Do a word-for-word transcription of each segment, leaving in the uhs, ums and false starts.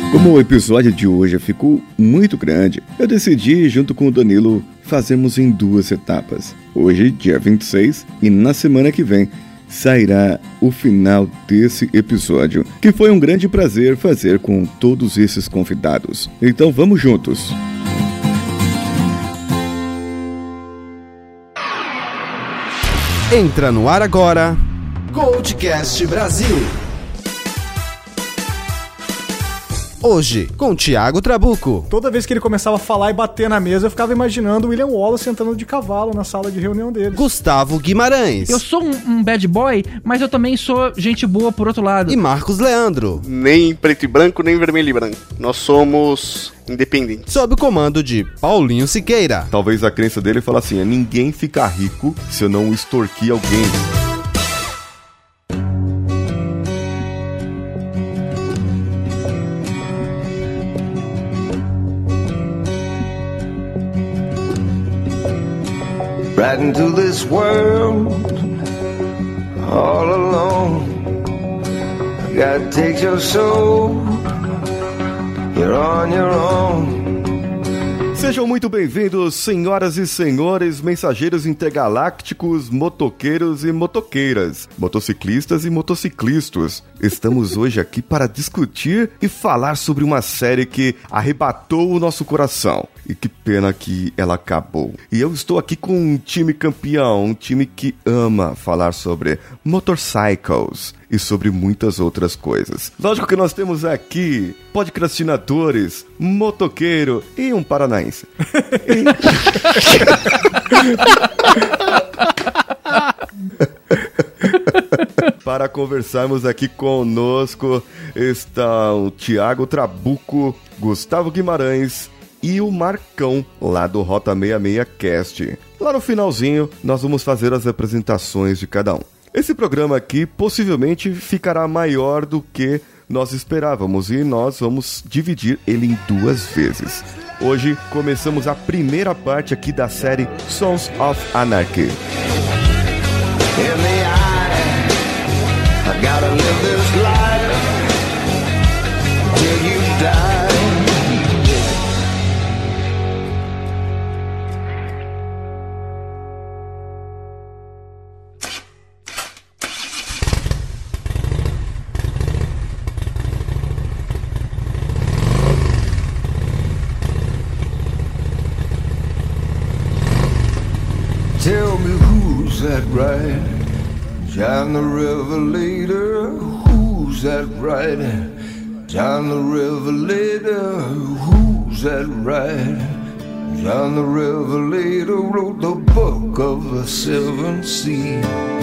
Como o episódio de hoje ficou muito grande, eu decidi, junto com o Danilo, fazermos em duas etapas. Hoje, dia vinte e seis, e na semana que vem, sairá o final desse episódio, que foi um grande prazer fazer com todos esses convidados. Então vamos juntos! Entra no ar agora, Goldcast Brasil. Hoje, com Thiago Trabuco. Toda vez que ele começava a falar e bater na mesa, eu ficava imaginando o William Wallace sentando de cavalo na sala de reunião dele. Gustavo Guimarães. Eu sou um, um bad boy, mas eu também sou gente boa por outro lado. E Marcos Leandro. Nem preto e branco, nem vermelho e branco. Nós somos independentes. Sob o comando de Paulinho Siqueira. Talvez a crença dele fala assim, é ninguém fica rico se eu não extorquir alguém. Right into this world, all alone. God takes your soul, you're on your own. Sejam muito bem-vindos, senhoras e senhores, mensageiros intergalácticos, motoqueiros e motoqueiras, motociclistas e motociclistas. Estamos hoje aqui para discutir e falar sobre uma série que arrebatou o nosso coração. E que pena que ela acabou. E eu estou aqui com um time campeão, um time que ama falar sobre motorcycles e sobre muitas outras coisas. Lógico que nós temos aqui podcastinadores, motoqueiro e um paranaense. E... Para conversarmos aqui conosco estão o Thiago Trabuco, Gustavo Guimarães e o Marcão, lá do Rota sessenta e seis Cast. Lá no finalzinho, nós vamos fazer as apresentações de cada um. Esse programa aqui possivelmente ficará maior do que nós esperávamos e nós vamos dividir ele em duas vezes. Hoje começamos a primeira parte aqui da série Sons of Anarchy. In the eye, I gotta live this life till you die. Tell me who's that riding? John the Revelator. Who's that riding? John the Revelator. Who's that riding? John the Revelator wrote the book of the seven seas.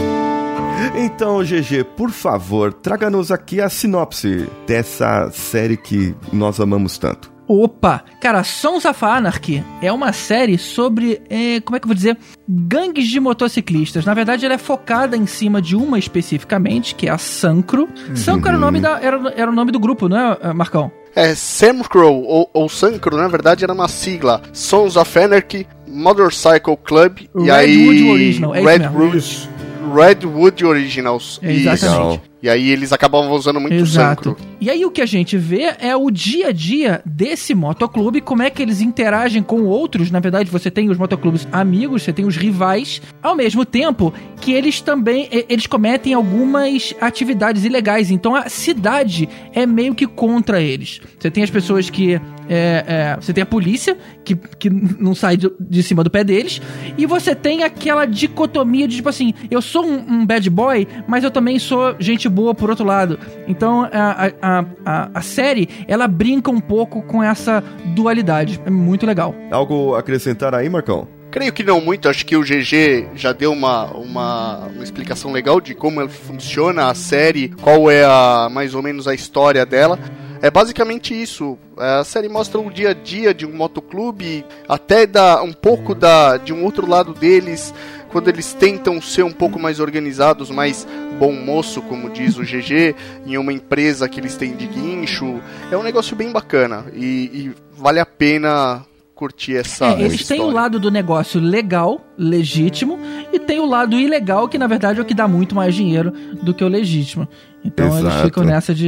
Então, G G, por favor, traga-nos aqui a sinopse dessa série que nós amamos tanto. Opa! Cara, Sons of Anarchy é uma série sobre, é, como é que eu vou dizer, gangues de motociclistas. Na verdade, ela é focada em cima de uma especificamente, que é a Sancro. Uhum. Sancro era o nome da, era, era o nome do grupo, não é, Marcão? É, Sancro, ou, ou Sancro, na verdade, era uma sigla. Sons of Anarchy Motorcycle Club. Redwood e aí, Original, é Redwood, Redwood Originals. É, exatamente. Isso. E aí eles acabavam usando muito Exato. Sancro. E aí o que a gente vê é o dia a dia desse motoclube, como é que eles interagem com outros. Na verdade, você tem os motoclubes amigos, você tem os rivais, ao mesmo tempo que eles também eles cometem algumas atividades ilegais. Então a cidade é meio que contra eles. Você tem as pessoas que... É, é, você tem a polícia, que, que não sai de, de cima do pé deles, e você tem aquela dicotomia de tipo assim, eu sou um, um bad boy, mas eu também sou gente boa por outro lado. Então a, a, a, a série, ela brinca um pouco com essa dualidade. É muito legal. Algo a acrescentar aí, Marcão? Creio que não muito, acho que o G G já deu uma, uma, uma explicação legal de como funciona a série, qual é a, mais ou menos a história dela. É basicamente isso. A série mostra o dia a dia de um motoclube, até dá um pouco da, de um outro lado deles, quando eles tentam ser um pouco mais organizados, mais bom moço, como diz o G G, em uma empresa que eles têm de guincho. É um negócio bem bacana e, e vale a pena curtir essa, é, essa eles história. têm o lado do negócio legal, legítimo, e tem o lado ilegal, que na verdade é o que dá muito mais dinheiro do que o legítimo. Então Exato. Eles ficam nessa de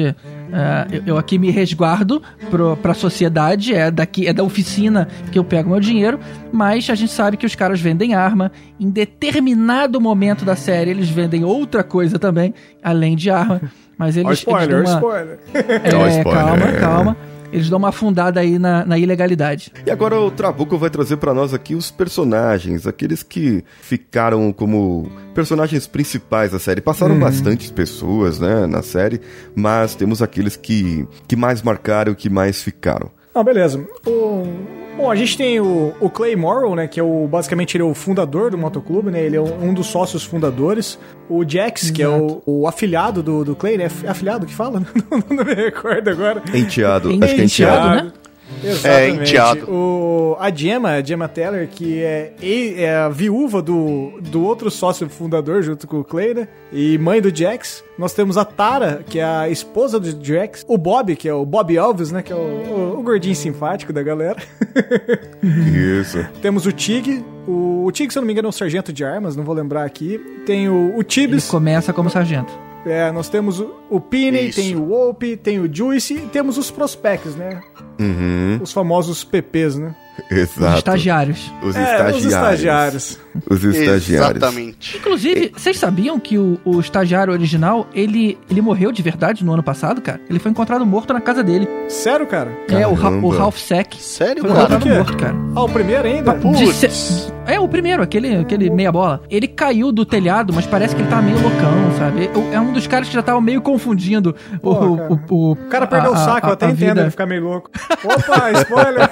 Uh, eu, eu aqui me resguardo pro, pra sociedade, é, daqui, é da oficina que eu pego meu dinheiro, mas a gente sabe que os caras vendem arma. Em determinado momento da série, eles vendem outra coisa também, além de arma. Mas eles. Ó, spoiler, eles dão uma... spoiler. É, Ó, spoiler, calma, é. calma. Eles dão uma afundada aí na, na ilegalidade. E agora o Trabuco vai trazer pra nós aqui os personagens, aqueles que ficaram como personagens principais da série. Passaram Uhum. bastantes pessoas, né, na série, mas temos aqueles que, que mais marcaram, que mais ficaram. Ah, beleza. O... Bom, a gente tem o, o Clay Morrow, né, que é o, basicamente ele é o fundador do motoclube, né, ele é um dos sócios fundadores. O Jax, Exato. que é o, o afilhado do, do Clay, né, é afilhado que fala? Não, não me recordo agora. Enteado, acho que é Enteado, enteado. né? Exatamente. É, enteado. O, a Gemma, a Gemma Teller, que é, é a viúva do, do outro sócio fundador, junto com o Clay, né? E mãe do Jax. Nós temos a Tara, que é a esposa do Jax. O Bob, que é o Bob Elvis, né? Que é o, o, o gordinho simpático da galera. Isso. Temos o Tig. O, o Tig, se eu não me engano, é um sargento de armas, não vou lembrar aqui. Tem o, o Ele Tibbs. começa como sargento. É, nós temos o, o Pinney, Isso. tem o Wolpe, tem o Juice e temos os Prospects, né? Uhum, Os famosos P Ps, né? exato. Os estagiários. Os É, estagiários. os estagiários. Os estagiários. Exatamente. Inclusive, vocês sabiam que o, o estagiário original, ele, ele morreu de verdade no ano passado, cara? Ele foi encontrado morto na casa dele. Sério, cara? É, o, Ra- Caramba. o Ralph Sack. Sério, Foi cara? encontrado Por quê? morto, cara. Ah, o primeiro ainda? De Putz. se- É, o primeiro, aquele, aquele meia bola. Ele caiu do telhado, mas parece que ele tá meio loucão, sabe? É é um dos caras que já tava meio confundindo o... Pô, o, cara. o, o, O cara perdeu a- o saco, a- eu até a entendo vida. ele ficar meio louco. Opa, spoiler!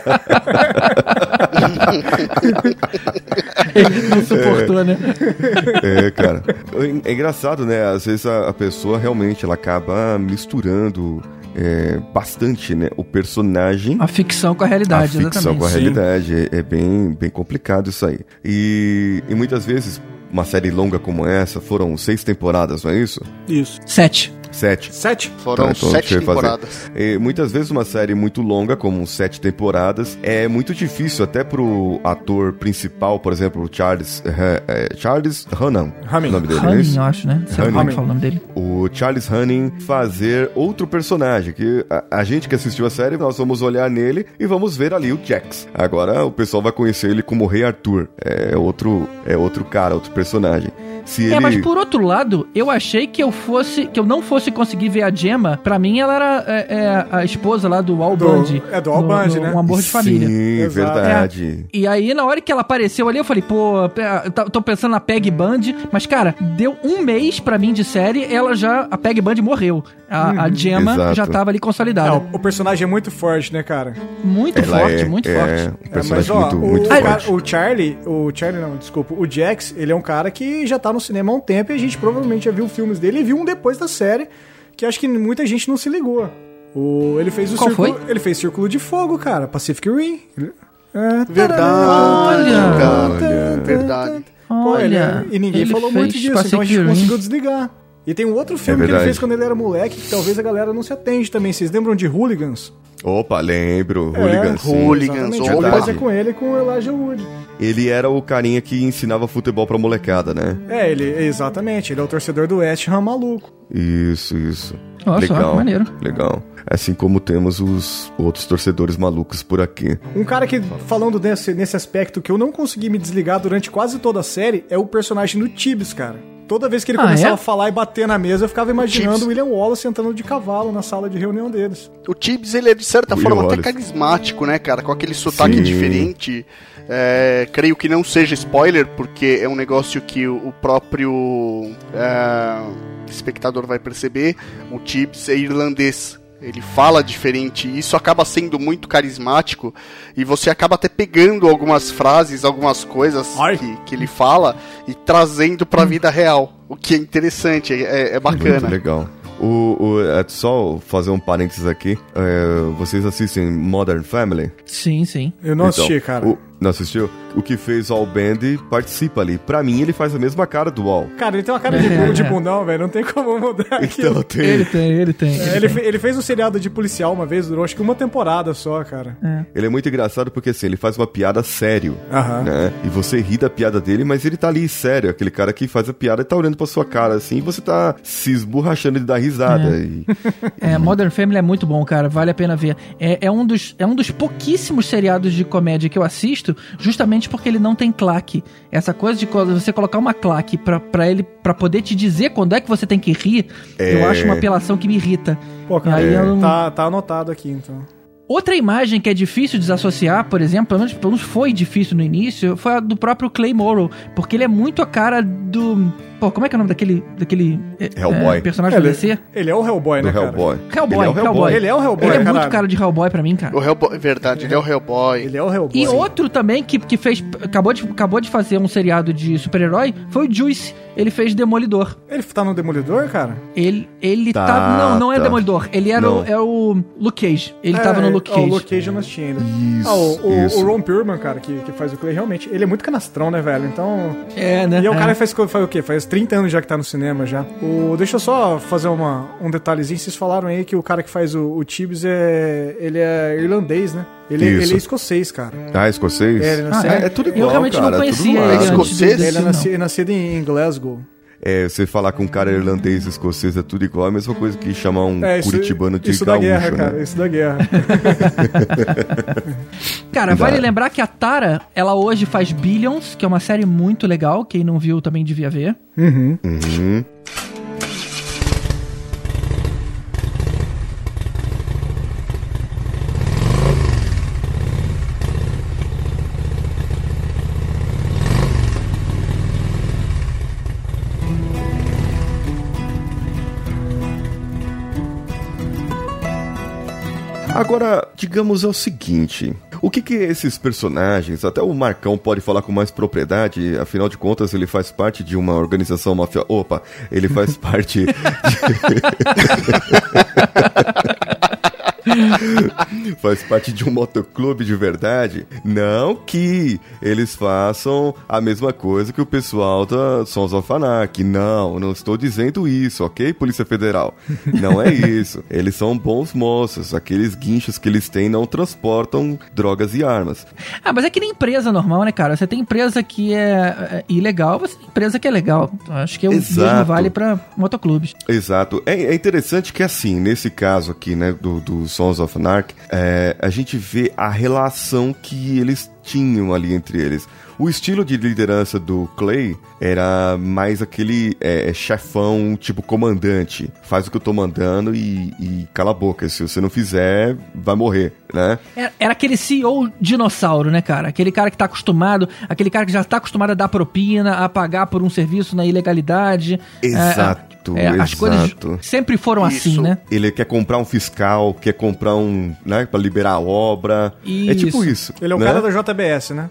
Ele não suportou, né? É, cara. É engraçado, né? Às vezes a, a pessoa realmente ela acaba misturando é, bastante, né? O personagem. A ficção com a A realidade, ficção exatamente. com a Sim. realidade. É, é bem, bem complicado isso aí. E, e muitas vezes, uma série longa como essa, foram seis temporadas, não é isso? Isso. Sete. Sete. Sete? Foram Tá, então sete deixa eu fazer. temporadas. E muitas vezes uma série muito longa, como sete temporadas, é muito difícil até pro ator principal, por exemplo, o Charles eh, eh, Charles Hunnam, Hunnam. o nome dele, não é Hanning, isso? eu acho, né? Sei lá Hanning. como fala o nome dele. O Charles Hunnam fazer outro personagem, que a, a gente que assistiu a série, nós vamos olhar nele e vamos ver ali o Jax. Agora o pessoal vai conhecer ele como Rei Arthur, é outro, é outro cara, outro personagem. Se ele... É, mas por outro lado, eu achei que eu fosse, que eu não fosse conseguir ver a Gemma. Pra mim, ela era é, é, a esposa lá do Al Do- Bundy. é do Al no- Bundy, no né? Um Amor de Família. Sim, Exato. verdade. E aí, na hora que ela apareceu ali, eu falei, pô, pe- tá- tô pensando na Peg Bundy. Mas, cara, deu um mês pra mim de série, ela já, a Peg Bundy morreu. A, a Gemma Exato. já tava ali consolidada. Não, o personagem é muito forte, né, cara? Muito Ela forte, é, muito é forte. um É, mas, personagem ó, muito, o, muito o forte. cara- o Charlie, o Charlie não, desculpa, o Jax, ele é um cara que já tá no cinema há um tempo e a gente provavelmente já viu filmes dele e viu um depois da série, que acho que muita gente não se ligou. O, ele fez o Qual círculo, foi? ele fez Círculo de Fogo, cara, Pacific Rim. É, Verdade, Olha. cara. Verdade. Pô, ele- Olha, e ninguém ele falou fez muito disso, então a Pacific gente Rim. conseguiu desligar. E tem um outro filme que ele verdade. fez quando ele era moleque, que talvez a galera não se atende também. Vocês lembram de Hooligans? Opa, lembro. É, Hooligans, sim. Hooligans, Exatamente, opa. depois é com ele e com o Elijah Wood. Ele era o carinha que ensinava futebol pra molecada, né? É, ele, exatamente, ele é o torcedor do West Ham maluco. Isso, isso. Olha só, legal, maneiro. legal. Assim como temos os outros torcedores malucos por aqui. Um cara que, falando nesse, nesse aspecto que eu não consegui me desligar durante quase toda a série, é o personagem do Tibbs, cara. Toda vez que ele Ah, começava é? a falar e bater na mesa, eu ficava imaginando Tibbs. o William Wallace sentando de cavalo na sala de reunião deles. O Tibbs, ele é de certa Will forma até Wallace. carismático, né, cara? Com aquele sotaque Sim. diferente. É, creio que não seja spoiler, porque é um negócio que o o próprio é, espectador vai perceber. O Tibbs é irlandês. Ele fala diferente, e isso acaba sendo muito carismático, e você acaba até pegando algumas frases, algumas coisas Ai. que, que ele fala e trazendo pra vida real, o que é interessante, é, é Muito bacana. legal. O, o, é só fazer um parênteses aqui. É, vocês assistem Modern Family? Sim, sim. Eu não Então, assisti, cara. O, Não assistiu? O que fez o Al Band participa ali. Pra mim, ele faz a mesma cara do Al. Cara, ele tem uma cara de, É. de bundão, velho. Não tem como mudar aquilo. Então tem... Ele tem, ele tem. É, ele, fe- ele fez um seriado de policial uma vez, durou acho que uma temporada só, cara. Ele é muito engraçado porque, assim, ele faz uma piada sério, Aham. né? E você ri da piada dele, mas ele tá ali sério. Aquele cara que faz a piada e tá olhando pra sua cara, assim, e você tá se esborrachando de dar risada. É. E... É, Modern Family é muito bom, cara. Vale a pena ver. É, é, um dos, é um dos pouquíssimos seriados de comédia que eu assisto, justamente porque ele não tem claque. Essa coisa de co- você colocar uma claque pra, pra ele, pra poder te dizer quando é que você tem que rir, É. eu acho uma apelação que me irrita. Pô, cara, Aí eu não- tá, tá anotado aqui, então. Outra imagem que é difícil desassociar, por exemplo, pelo menos, pelo menos foi difícil no início, foi a do próprio Clay Morrow, porque ele é muito a cara do... Pô, como é que é o nome daquele, daquele é, Hellboy. é, personagem do Ele, D C? ele é o Hellboy, Do né, cara? Hellboy. Hellboy, Ele é o Hellboy. Ele é o Hellboy, Ele é muito caralho. cara de Hellboy pra mim, cara. O Hellboy, verdade, ele é o Hellboy. Ele é o Hellboy. E outro também que, que fez. Acabou de, acabou de fazer um seriado de super-herói foi o Juice. Ele fez Demolidor. Ele tá no Demolidor, cara? Ele, ele tá, Tá, Não, não é tá. Demolidor. Ele era o, Não. é o Luke Cage. Ele É, tava no Luke ó, Cage. O Luke Cage eu não assisti ainda. Isso, Ah, o, o, isso. o Ron Perlman, cara, que, que faz o Clay, realmente, ele é muito canastrão, né, velho? Então... É, né? E é o É. cara que faz, faz o quê? Faz trinta anos já que tá no cinema já. O, deixa eu só fazer uma, um detalhezinho. Vocês falaram aí que o cara que faz o, o Tibbs é... Ele é irlandês, né? Ele, Isso. ele é escocês, cara. Ah, escocês? É, ele Ah, nasceu, é? É tudo Eu igual, realmente cara, não conhecia tudo ele mais. antes Escocês? desse, ele é não. nascido, nascido em, em Glasgow. É, você falar com um cara irlandês e escocês é tudo igual, é a mesma coisa que chamar um É, isso, curitibano de isso da gaúcho, guerra, né? cara. Isso da guerra. Cara, vale Dá. lembrar que a Tara, ela hoje faz Billions, que é uma série muito legal. Quem não viu também devia ver. Uhum. Uhum. Agora, digamos é o seguinte, o que que esses personagens, até o Marcão pode falar com mais propriedade, afinal de contas ele faz parte de uma organização mafiosa, opa, ele faz parte de... faz parte de um motoclube de verdade. Não que eles façam a mesma coisa que o pessoal da Sons of Anarchy. Não, não estou dizendo isso, ok, Polícia Federal? Não é isso. Eles são bons moços. Aqueles guinchos que eles têm não transportam drogas e armas. Ah, mas é que nem empresa normal, né, cara? Você tem empresa que é, é ilegal, você tem empresa que é legal. Acho que o mesmo Exato. vale pra motoclubes. Exato. É, é interessante que, assim, nesse caso aqui, né, do, do Sons of Anarchy, é, a gente vê a relação que eles tinham ali entre eles. O estilo de liderança do Clay era mais aquele é, chefão, tipo comandante. Faz o que eu tô mandando e, e cala a boca. Se você não fizer, vai morrer, né? Era, era aquele C E O dinossauro, né, cara? Aquele cara que tá acostumado, aquele cara que já tá acostumado a dar propina, a pagar por um serviço na ilegalidade. Exato, É, As exato. coisas sempre foram Isso. assim, né? Ele quer comprar um fiscal, quer comprar um, né, pra liberar a obra. É tipo isso. Ele é o né? cara da J B S, né?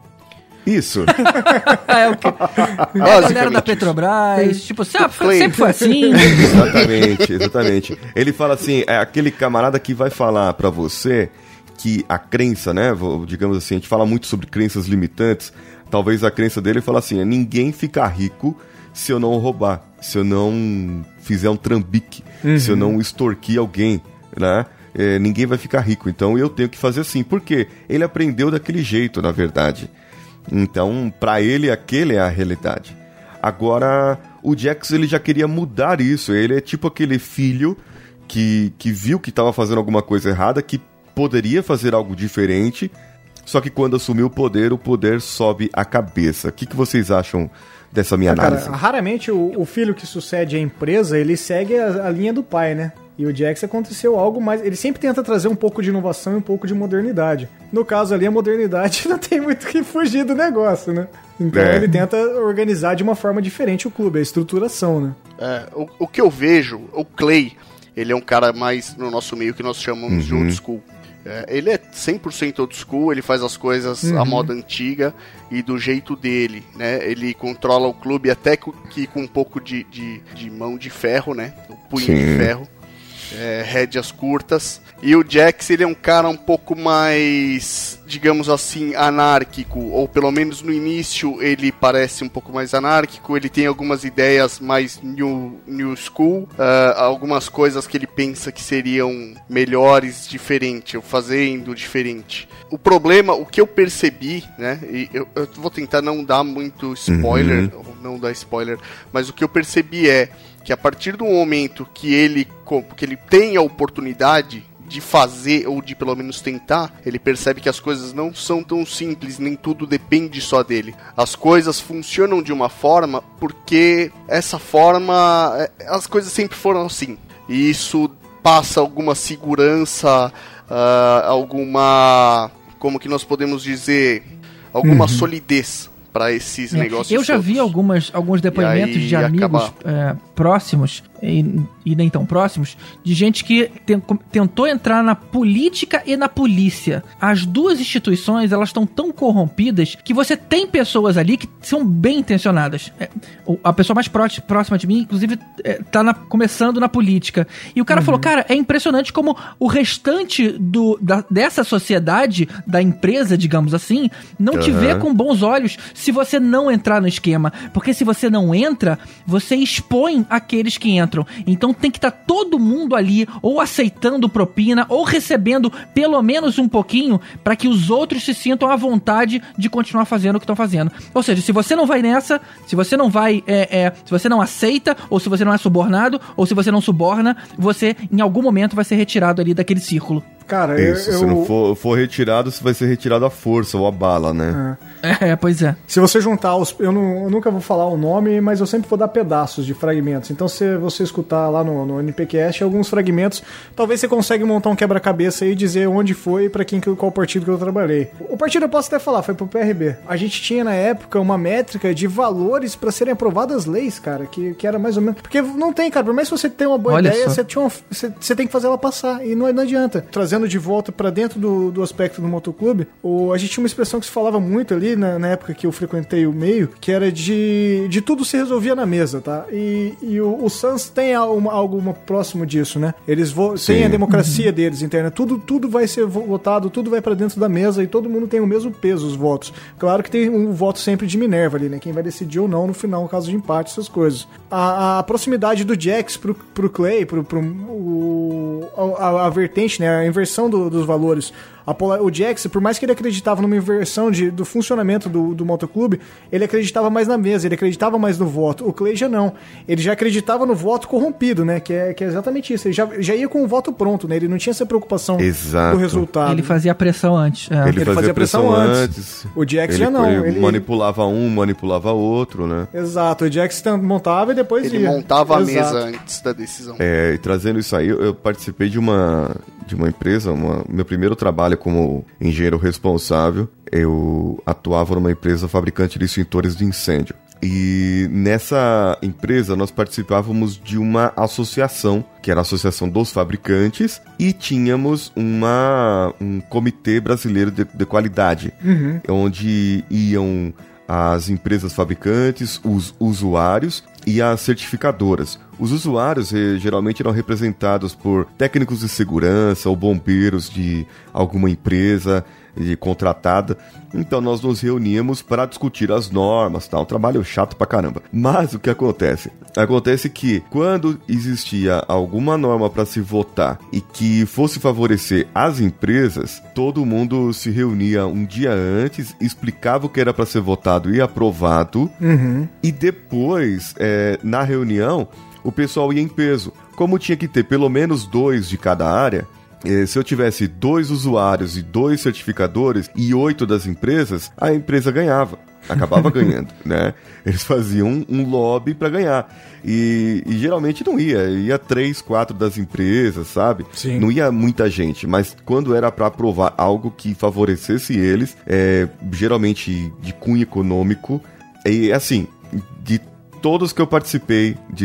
Isso. É o que... É a galera da Petrobras, tipo, sempre, Clay. sempre foi assim. Exatamente, exatamente. Ele fala assim, é aquele camarada que vai falar pra você que a crença, né, vou- digamos assim, a gente fala muito sobre crenças limitantes, talvez a crença dele fala assim, é, ninguém fica rico se eu não roubar, se eu não fizer um trambique, se eu não extorquir alguém, né? É, ninguém vai ficar rico, então eu tenho que fazer assim. Por quê? Ele aprendeu daquele jeito, na verdade. Então, pra ele, aquele é a realidade. Agora, o Jax, ele já queria mudar isso. Ele é tipo aquele filho que, que viu que estava fazendo alguma coisa errada, que poderia fazer algo diferente, só que quando assumiu o poder, o poder sobe a cabeça. O que, que vocês acham dessa minha Ah, cara, análise? raramente o, o filho que sucede a empresa, ele segue a, a linha do pai, né? E o Jax aconteceu algo mais... Ele sempre tenta trazer um pouco de inovação e um pouco de modernidade. No caso ali, a modernidade não tem muito que fugir do negócio, né? Então É. ele tenta organizar de uma forma diferente o clube, a estruturação, né? É, o, o que eu vejo, o Clay, ele é um cara mais no nosso meio que nós chamamos de old school. É, ele é cem por cento old school, ele faz as coisas à moda antiga e do jeito dele, né? Ele controla o clube até co- que com um pouco de, de, de mão de ferro, né? O punho Sim. de ferro. é, rédeas curtas. E o Jax, ele é um cara um pouco mais, digamos assim, anárquico, ou pelo menos no início ele parece um pouco mais anárquico. Ele tem algumas ideias mais new, new school, uh, algumas coisas que ele pensa que seriam melhores, diferente, ou fazendo diferente. O problema, o que eu percebi, né, e eu, eu vou tentar não dar muito spoiler, uhum. não dar spoiler, mas o que eu percebi é que a partir do momento que ele, que ele tem a oportunidade de fazer, ou de pelo menos tentar, ele percebe que as coisas não são tão simples, nem tudo depende só dele. As coisas funcionam de uma forma porque essa forma, as coisas sempre foram assim. E isso passa alguma segurança, uh, alguma, como que nós podemos dizer, alguma uhum. solidez para esses é, negócios. Eu já todos. vi algumas, alguns depoimentos de amigos é, próximos e, e nem tão próximos, de gente que tem, tentou entrar na política e na polícia. As duas instituições, elas estão tão corrompidas que você tem pessoas ali que são bem intencionadas. É, a pessoa mais próxima de mim, inclusive, é, tá na, começando na política. E o cara uhum. falou, cara, é impressionante como o restante do, da, dessa sociedade, da empresa, digamos assim, não uhum. te vê com bons olhos se você não entrar no esquema. Porque se você não entra, você expõe aqueles que entram. Então tem que estar tá todo mundo ali ou aceitando propina ou recebendo pelo menos um pouquinho para que os outros se sintam à vontade de continuar fazendo o que estão fazendo. Ou seja, se você não vai nessa, se você não vai, é, é, se você não aceita, ou se você não é subornado, ou se você não suborna, você em algum momento vai ser retirado ali daquele círculo. Cara, Isso, eu... se não for, for retirado, você vai ser retirado à força ou à bala, né? É, é pois é. Se você juntar os... Eu, não, eu nunca vou falar o nome, mas eu sempre vou dar pedaços de fragmentos. Então, se você escutar lá no, no NPcast alguns fragmentos, talvez você consiga montar um quebra-cabeça aí e dizer onde foi e pra quem, qual partido que eu trabalhei. O partido eu posso até falar, foi pro P R B. A gente tinha, na época, uma métrica de valores pra serem aprovadas leis, cara, que, que era mais ou menos... Porque não tem, cara, por mais que você tenha uma boa Olha ideia, só. você, tinha uma, você, você tem que fazer ela passar, e não, não adianta. Trazendo de volta pra dentro do, do aspecto do motoclube, o, a gente tinha uma expressão que se falava muito ali, na, na época que eu frequentei o meio, que era de, de tudo se resolvia na mesa, tá? E, e o, o Suns tem algo, algo próximo disso, né? Eles vo- têm a democracia uhum. deles interna, tudo, tudo vai ser votado, tudo vai pra dentro da mesa e todo mundo tem o mesmo peso, os votos. Claro que tem um voto sempre de Minerva ali, né? Quem vai decidir ou não no final, no caso de empate, essas coisas. A, a proximidade do Jax pro, pro Clay, pro, pro o, a, a vertente, né? A inversão do, dos valores. A Polar, o Jax, por mais que ele acreditava numa inversão de, do funcionamento do, do motoclube, ele acreditava mais na mesa, ele acreditava mais no voto. O Clay já não. Ele já acreditava no voto corrompido, né? Que é, que é exatamente isso. Ele já, já ia com o voto pronto, né? Ele não tinha essa preocupação Exato. do resultado. Ele fazia pressão antes. É. Ele, ele fazia, fazia pressão, pressão antes. antes. O Jax ele, já não. Ele, ele manipulava um, manipulava outro, né? Exato. O Jax montava e depois ele ia. Ele montava Exato. a mesa antes da decisão. É, e trazendo isso aí, eu, eu participei de uma, de uma empresa, uma, meu primeiro trabalho como engenheiro responsável, eu atuava numa empresa fabricante de extintores de incêndio. E nessa empresa nós participávamos de uma associação, que era a Associação dos Fabricantes, e tínhamos uma, um comitê brasileiro de, de qualidade, uhum. onde iam as empresas fabricantes, os usuários e as certificadoras. Os usuários eh, geralmente eram representados por técnicos de segurança ou bombeiros de alguma empresa de contratada. Então nós nos reuníamos para discutir as normas, tal. Um trabalho chato pra caramba. Mas o que acontece? Acontece que quando existia alguma norma para se votar e que fosse favorecer as empresas, todo mundo se reunia um dia antes, explicava o que era para ser votado e aprovado, uhum. e depois, é, na reunião, o pessoal ia em peso. Como tinha que ter pelo menos dois de cada área, se eu tivesse dois usuários e dois certificadores e oito das empresas, a empresa ganhava. Acabava ganhando, né? Eles faziam um, um lobby para ganhar. E, e geralmente não ia. Ia três, quatro das empresas, sabe? Sim. Não ia muita gente. Mas quando era para aprovar algo que favorecesse eles, é, geralmente de cunho econômico, e assim, de todos que eu participei, de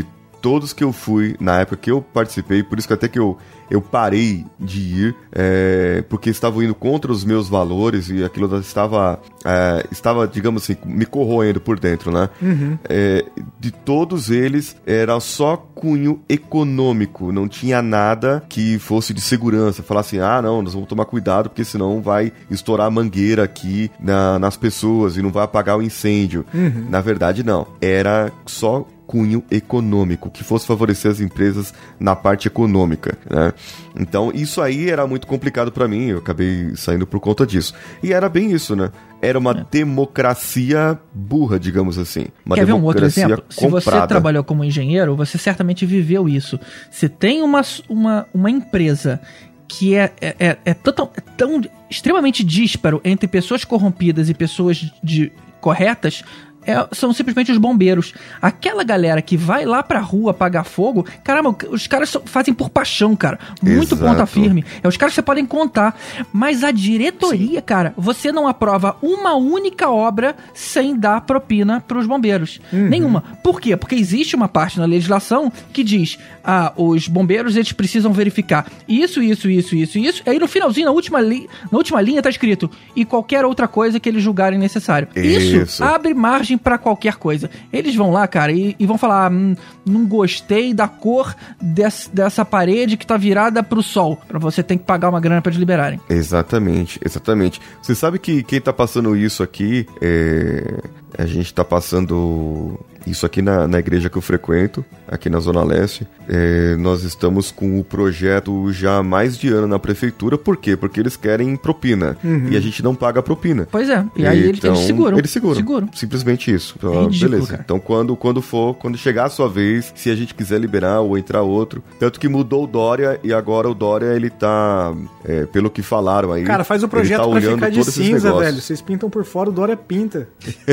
todos que eu fui, na época que eu participei, por isso que até que eu, eu parei de ir, é, porque estavam indo contra os meus valores e aquilo estava, é, estava, digamos assim, me corroendo por dentro, né? Uhum. É, de todos eles, era só cunho econômico, não tinha nada que fosse de segurança, falar assim, ah, não, nós vamos tomar cuidado, porque senão vai estourar a mangueira aqui na, nas pessoas e não vai apagar o incêndio. Uhum. Na verdade, não. Era só cunho econômico, que fosse favorecer as empresas na parte econômica, né? Então, isso aí era muito complicado pra mim, eu acabei saindo por conta disso. E era bem isso, né? Era uma é. democracia burra, digamos assim. Uma Quer ver um outro exemplo? comprada. Se você trabalhou como engenheiro, você certamente viveu isso. Se tem uma, uma, uma empresa que é, é, é, é, tão, é tão extremamente dísparo entre pessoas corrompidas e pessoas de, corretas, É, são simplesmente os bombeiros. Aquela galera que vai lá pra rua apagar fogo, caramba, os caras so, fazem por paixão, cara. Muito Exato. Ponta firme. É os caras que você podem contar. Mas a diretoria, Sim. cara, você não aprova uma única obra sem dar propina pros bombeiros. Uhum. Nenhuma. Por quê? Porque existe uma parte na legislação que diz, ah, os bombeiros, eles precisam verificar isso, isso, isso, isso, isso. E aí no finalzinho, na última, li- na última linha tá escrito, e qualquer outra coisa que eles julgarem necessário. Isso, isso abre margem pra qualquer coisa. Eles vão lá, cara, e, e vão falar, hum, não gostei da cor desse, dessa parede que tá virada pro sol. Pra você tem que pagar uma grana pra eles liberarem. Exatamente, exatamente. Você sabe que quem tá passando isso aqui, é... a gente tá passando isso aqui na, na igreja que eu frequento, aqui na Zona Leste. É, nós estamos com o projeto já há mais de ano na prefeitura. Por quê? Porque eles querem propina. Uhum. E a gente não paga propina. Pois é. E aí então, eles seguram. Eles seguram. seguram. Simplesmente isso. Então, é ridículo, beleza. Cara. Então quando, quando for, quando chegar a sua vez, se a gente quiser liberar ou entrar outro. Tanto que mudou o Dória e agora o Dória, ele tá, é, pelo que falaram aí... Cara, faz o projeto tá pra ficar de cinza, velho. Vocês pintam por fora, o Dória pinta.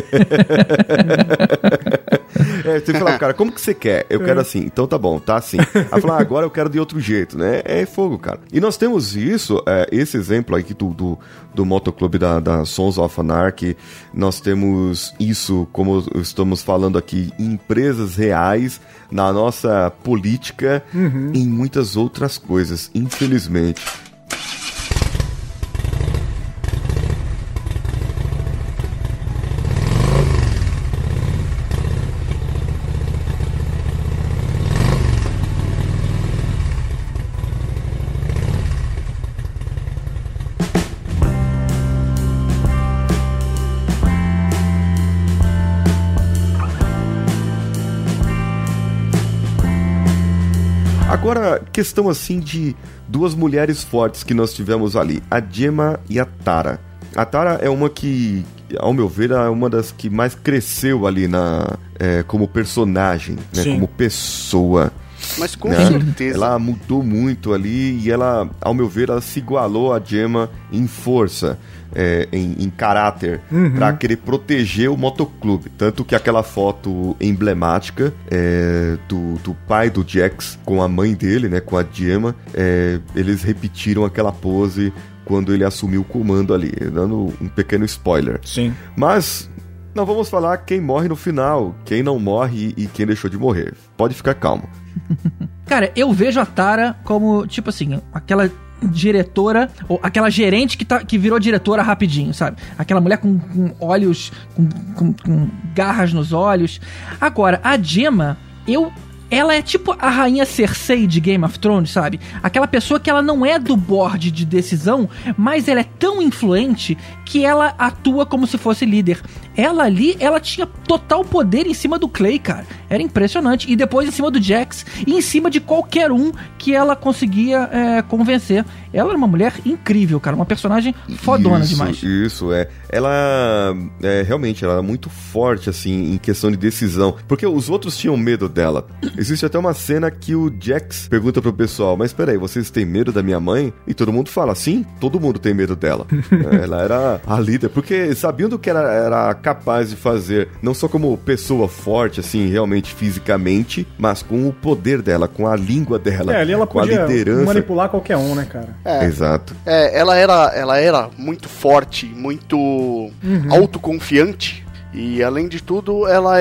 É, você fala, cara, como que você quer? Eu quero assim, então tá bom, tá assim. Aí fala, ah, agora eu quero de outro jeito, né? É fogo, cara. E nós temos isso, é, esse exemplo aqui do, do, do motoclube da, da Sons of Anarchy, nós temos isso, como estamos falando aqui, em empresas reais, na nossa política, uhum. em muitas outras coisas, infelizmente. Agora, questão assim de duas mulheres fortes que nós tivemos ali, a Gemma e a Tara. A Tara é uma que, ao meu ver, é uma das que mais cresceu ali na, é, como personagem, né, como pessoa. Mas com né? certeza. Ela mudou muito ali e ela, ao meu ver, ela se igualou a Gemma em força. É, em, em caráter, uhum. pra querer proteger o motoclube. Tanto que aquela foto emblemática é, do, do pai do Jax com a mãe dele, né, com a Gemma, é, eles repetiram aquela pose quando ele assumiu o comando ali, dando um pequeno spoiler. Sim. Mas não vamos falar quem morre no final, quem não morre e quem deixou de morrer. Pode ficar calmo. Cara, eu vejo a Tara como, tipo assim, aquela diretora, ou aquela gerente que, tá, que virou diretora rapidinho, sabe? Aquela mulher com, com olhos, com, com, com garras nos olhos. Agora, a Gemma, eu... ela é tipo a rainha Cersei de Game of Thrones, sabe? Aquela pessoa que ela não é do board de decisão, mas ela é tão influente que ela atua como se fosse líder. Ela ali, ela tinha total poder em cima do Clay, cara. Era impressionante. E depois em cima do Jax. E em cima de qualquer um que ela conseguia é, convencer. Ela era uma mulher incrível, cara. Uma personagem fodona isso, demais. Isso, é. Ela, é, realmente, ela era muito forte, assim, em questão de decisão. Porque os outros tinham medo dela. Existe até uma cena que o Jax pergunta pro pessoal, mas peraí, vocês têm medo da minha mãe? E todo mundo fala, sim, todo mundo tem medo dela. Ela era a líder, porque sabiam do que ela era capaz de fazer, não só como pessoa forte, assim, realmente fisicamente, mas com o poder dela, com a língua dela, é, ali ela com a podia liderança. manipular qualquer um, né, cara? É, Exato. É, ela era, ela era muito forte, muito uhum. autoconfiante. E além de tudo, ela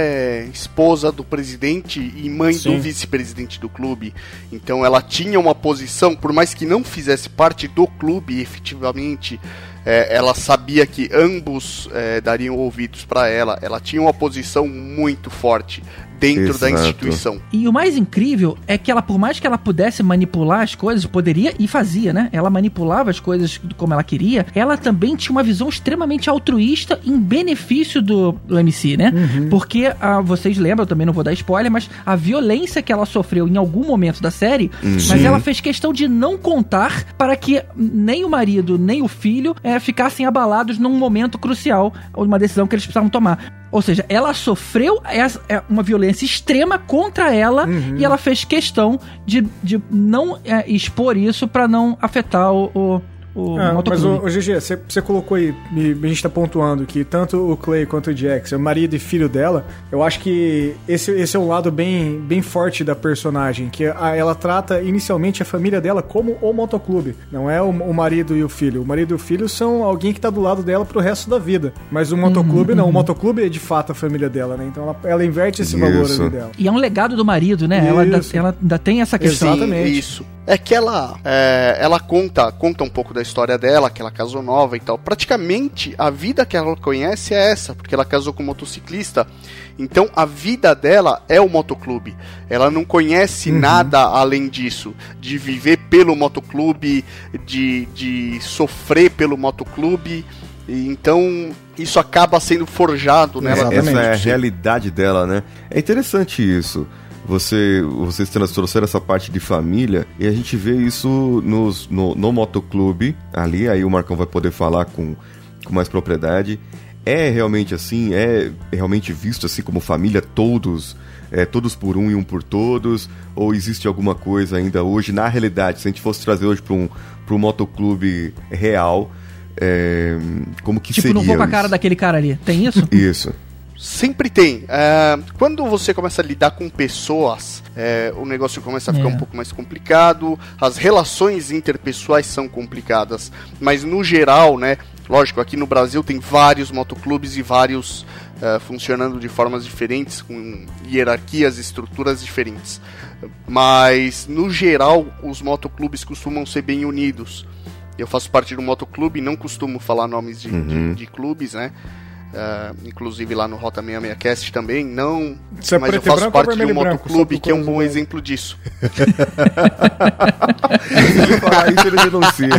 é esposa do presidente e mãe Sim. do vice-presidente do clube. Então ela tinha uma posição, por mais que não fizesse parte do clube efetivamente, é, ela sabia que ambos é, dariam ouvidos para ela. Ela tinha uma posição muito forte dentro Exato. da instituição. E o mais incrível é que ela, por mais que ela pudesse manipular as coisas, poderia e fazia, né? Ela manipulava as coisas como ela queria, ela também tinha uma visão extremamente altruísta em benefício do, do M C, né? Uhum. Porque, ah, vocês lembram, eu também não vou dar spoiler, mas a violência que ela sofreu em algum momento da série, mas ela fez questão de não contar para que nem o marido, nem o filho é, ficassem abalados num momento crucial, uma decisão que eles precisavam tomar. Ou seja, ela sofreu essa, é, uma violência extrema contra ela Uhum. e ela fez questão de, de não é, expor isso pra não afetar o, o, o Ah, mas motoclube. o, o G G, você, você colocou aí, e a gente tá pontuando que tanto o Clay quanto o Jax, o marido e filho dela, eu acho que esse, esse é um lado bem, bem forte da personagem, que a, ela trata inicialmente a família dela como o motoclube, não é o, o marido e o filho. O marido e o filho são alguém que tá do lado dela pro resto da vida, mas o motoclube não, o motoclube é de fato a família dela, né? Então ela, ela inverte esse valor Isso. ali dela. E é um legado do marido, né? Ela ainda, Isso. ela ainda tem essa questão. Exatamente. Sim, isso. É que ela, é, ela conta, conta um pouco da história dela, que ela casou nova e tal. Praticamente, a vida que ela conhece é essa, porque ela casou com um motociclista. Então, a vida dela é o motoclube. Ela não conhece Uhum. nada além disso. De viver pelo motoclube, de, de sofrer pelo motoclube. E então, isso acaba sendo forjado nela. Exatamente. Essa é a Sim. realidade dela, né? É interessante isso. Você, vocês trouxeram essa parte de família e a gente vê isso nos, no, no motoclube ali, aí o Marcão vai poder falar com, com mais propriedade. É realmente assim? É realmente visto assim como família, todos, é, todos por um e um por todos? Ou existe alguma coisa ainda hoje, na realidade, se a gente fosse trazer hoje para um, para um motoclube real, é, como que Tipo, seria não vou com a isso? cara daquele cara ali. Tem isso? Isso. Sempre tem. É, quando você começa a lidar com pessoas, é, o negócio começa a ficar É. um pouco mais complicado, as relações interpessoais são complicadas, mas no geral, né, lógico, aqui no Brasil tem vários motoclubes e vários é, funcionando de formas diferentes, com hierarquias, estruturas diferentes. Mas, no geral, os motoclubes costumam ser bem unidos. Eu faço parte de um motoclube, não costumo falar nomes de, Uhum. de, de clubes, né? Uh, inclusive lá no Rota sessenta e seis Cast também, não, Isso é mas eu preto e faço branco ou parte de vermelho um e branco? motoclube Só por que é um bom curiosidade. exemplo disso. Se ele falar isso, ele denuncia.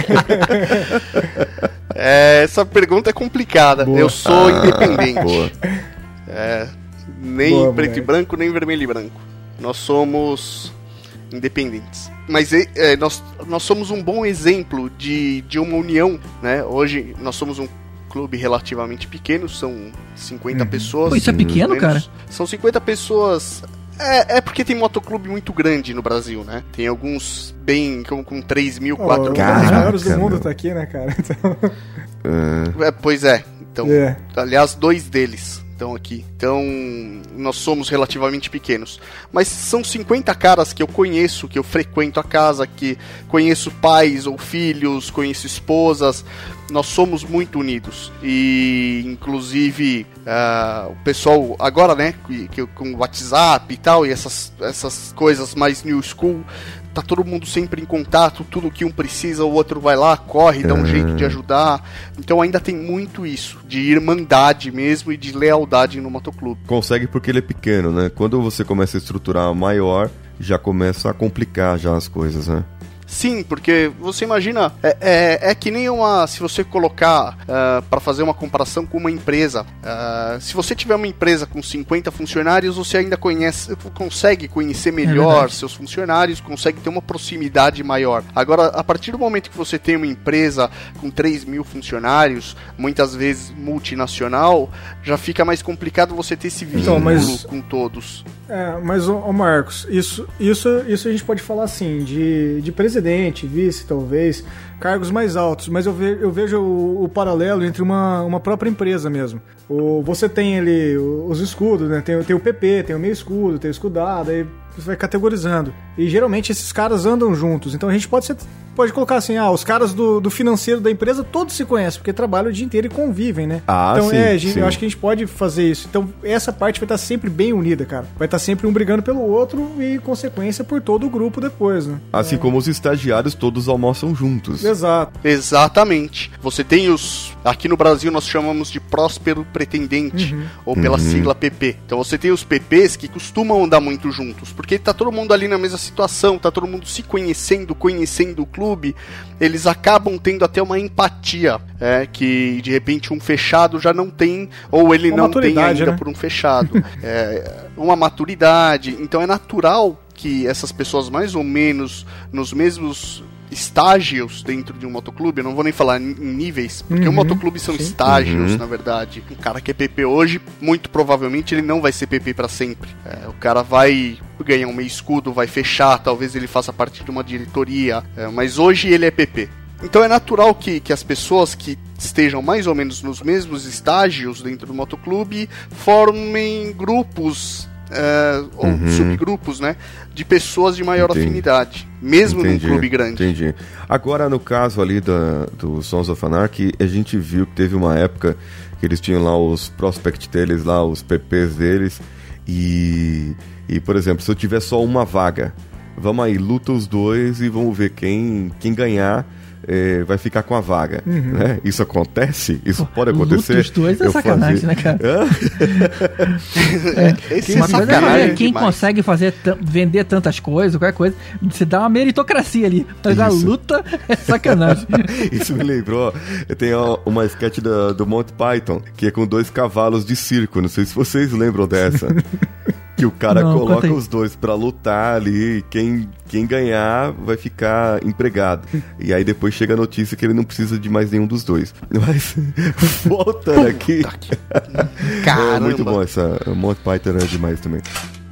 É, essa pergunta é complicada. Boa. Eu sou Ah, independente. boa. É, nem Boa, preto moleque. e branco, nem vermelho e branco. Nós somos independentes. Mas é, é, nós, nós somos um bom exemplo de, de uma união, né? Hoje nós somos um clube relativamente pequeno, são cinquenta pessoas. Pô, isso é pequeno, menos. cara? São cinquenta pessoas. É, é porque tem motoclube muito grande no Brasil, né? Tem alguns bem com, com três mil, quatro Oh, mil. um dos Caraca, maiores do mundo meu. tá aqui, né, cara? Então, É. É, pois é. Então, É. aliás, dois deles estão aqui. Então, nós somos relativamente pequenos. Mas são cinquenta caras que eu conheço, que eu frequento a casa, que conheço pais ou filhos, conheço esposas. Nós somos muito unidos. E, inclusive, uh, o pessoal agora, né, que, que, com o WhatsApp e tal, e essas, essas coisas mais new school, tá todo mundo sempre em contato, tudo que um precisa, o outro vai lá, corre, dá um jeito de ajudar. Então ainda tem muito isso, de irmandade mesmo e de lealdade no motoclube. Consegue porque ele é pequeno, né? Quando você começa a estruturar maior, já começa a complicar já as coisas, né? Sim, porque você imagina, é, é, é que nem uma, se você colocar uh, para fazer uma comparação com uma empresa, uh, se você tiver uma empresa com cinquenta funcionários, você ainda conhece, consegue conhecer melhor É seus funcionários, consegue ter uma proximidade maior. Agora, a partir do momento que você tem uma empresa com três mil funcionários, muitas vezes multinacional, já fica mais complicado você ter esse vínculo Então, mas- com todos. É, mas, ô, ô Marcos, isso, isso, isso a gente pode falar assim, de, de presidente, vice, talvez, cargos mais altos, mas eu, ve, eu vejo o, o paralelo entre uma, uma própria empresa mesmo. O, você tem ali os escudos, né? Tem, tem o P P, tem o meio escudo, tem o escudado, aí você vai categorizando. E geralmente esses caras andam juntos. Então a gente pode ser... Pode colocar assim, ah, os caras do, do financeiro da empresa todos se conhecem, porque trabalham o dia inteiro e convivem, né? Ah, então, sim, é, gente, sim. eu acho que a gente pode fazer isso. Então, essa parte vai estar sempre bem unida, cara. Vai estar sempre um brigando pelo outro e, consequência, por todo o grupo depois, né? Assim é. como os estagiários todos almoçam juntos. Exato. Exatamente. Você tem os... Aqui no Brasil nós chamamos de próspero pretendente, uhum. ou pela uhum. sigla P P. Então você tem os P Ps que costumam andar muito juntos, porque tá todo mundo ali na mesma situação, tá todo mundo se conhecendo, conhecendo o clube, eles acabam tendo até uma empatia, é, que de repente um fechado já não tem, ou ele uma não tem ainda, né? Por um fechado. É, uma maturidade. Então é natural que essas pessoas mais ou menos nos mesmos estágios dentro de um motoclube, eu não vou nem falar em níveis, porque uhum, o motoclube são sim. estágios, uhum. na verdade. Um cara que é P P hoje, muito provavelmente ele não vai ser P P pra sempre. É, o cara vai ganhar um meio escudo, vai fechar, talvez ele faça parte de uma diretoria, é, mas hoje ele é P P. Então é natural que, que as pessoas que estejam mais ou menos nos mesmos estágios dentro do motoclube formem grupos Uh, ou uhum. subgrupos, né, de pessoas de maior entendi. afinidade, mesmo entendi. num clube grande. Entendi. Agora, no caso ali da, do Sons of Anarchy, a gente viu que teve uma época que eles tinham lá os prospect deles, lá os P Ps deles, e, e por exemplo, se eu tiver só uma vaga, vamos aí, luta os dois e vamos ver quem, quem ganhar É, vai ficar com a vaga, uhum. né? Isso acontece? Isso Pô, pode acontecer? Luta os dois é eu sacanagem, fazer... né, cara? é, Esse quem, é sacanagem quem consegue fazer t- vender tantas coisas, qualquer coisa, você dá uma meritocracia ali. Mas a luta é sacanagem. Isso me lembrou, tem uma sketch do, do Monty Python, que é com dois cavalos de circo, não sei se vocês lembram dessa. Que o cara não, coloca os dois pra lutar ali, quem, quem ganhar vai ficar empregado. E aí depois chega a notícia que ele não precisa de mais nenhum dos dois. Mas, voltando aqui... Caramba! É muito bom essa... Monty Python é demais também.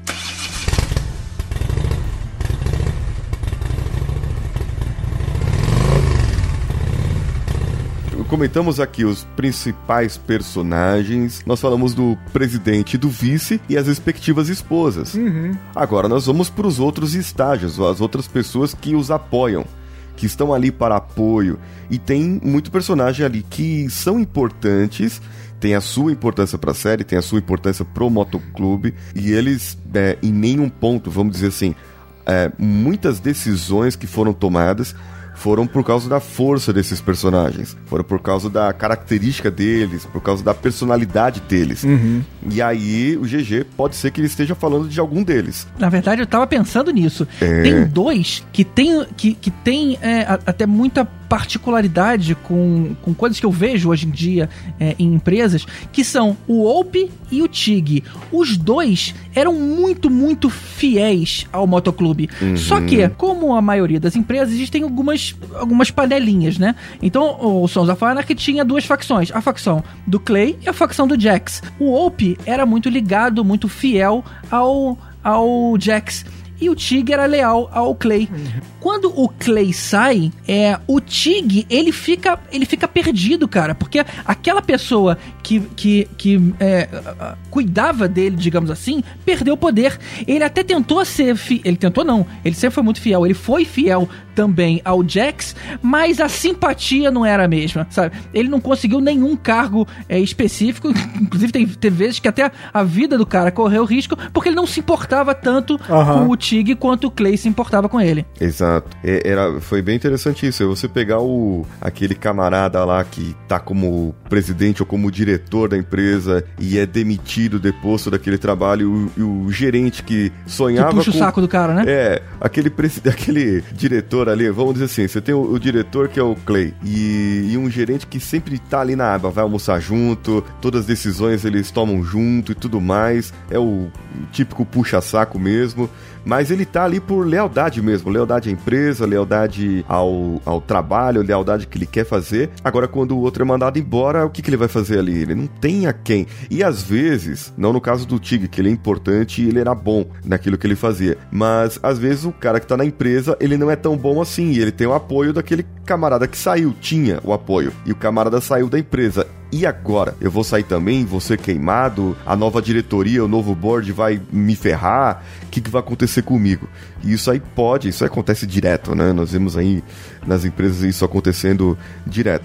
Comentamos aqui os principais personagens, nós falamos do presidente e do vice e as respectivas esposas. Uhum. Agora nós vamos para os outros estágios, as outras pessoas que os apoiam, que estão ali para apoio. E tem muito personagem ali que são importantes, tem a sua importância para a série, tem a sua importância pro motoclube, e eles, é, em nenhum ponto, vamos dizer assim, é, muitas decisões que foram tomadas foram por causa da força desses personagens, foram por causa da característica deles, por causa da personalidade deles. Uhum. E aí o G G pode ser que ele esteja falando de algum deles. Na verdade, eu tava pensando nisso. É... Tem dois que tem, que, que tem é, até muita particularidade com, com coisas que eu vejo hoje em dia é, em empresas, que são o Ope e o Tig. Os dois eram muito, muito fiéis ao motoclube. Uhum. Só que, como a maioria das empresas, existem algumas, algumas panelinhas, né? Então, o Sons of Anarchy tinha duas facções. A facção do Clay e a facção do Jax. O Ope era muito ligado, muito fiel ao, ao Jax. E o Tig era leal ao Clay. Uhum. Quando o Clay sai, é, o Tig, ele fica, ele fica perdido, cara. Porque aquela pessoa que, que, que é, cuidava dele, digamos assim, perdeu o poder. Ele até tentou ser... Fi- ele tentou não. Ele sempre foi muito fiel. Ele foi fiel também ao Jax, mas a simpatia não era a mesma, sabe? Ele não conseguiu nenhum cargo é, específico. Inclusive, tem, teve vezes que até a vida do cara correu risco porque ele não se importava tanto uhum. com o Tig quanto o Clay se importava com ele. Exato. É, era, foi bem interessante isso. É você pegar o, aquele camarada lá que tá como presidente ou como diretor da empresa e é demitido, deposto daquele trabalho, e o, o gerente que sonhava que puxa com... o saco do cara, né? É, aquele, aquele diretor ali, vamos dizer assim, você tem o, o diretor que é o Clay e, e um gerente que sempre tá ali na aba, vai almoçar junto, todas as decisões eles tomam junto e tudo mais. É o típico puxa-saco mesmo. Mas ele tá ali por lealdade mesmo, lealdade à empresa, lealdade ao, ao trabalho, lealdade que ele quer fazer. Agora, quando o outro é mandado embora, o que, que ele vai fazer ali? Ele não tem a quem. E às vezes, não no caso do Tig, que ele é importante e ele era bom naquilo que ele fazia, mas às vezes o cara que tá na empresa, ele não é tão bom assim, e ele tem o apoio daquele camarada que saiu, tinha o apoio, e o camarada saiu da empresa. e agora? Eu vou sair também, vou ser queimado, a nova diretoria, o novo board vai me ferrar, o que, que vai acontecer comigo? E isso aí pode, isso aí acontece direto, né? Nós vemos aí nas empresas isso acontecendo direto.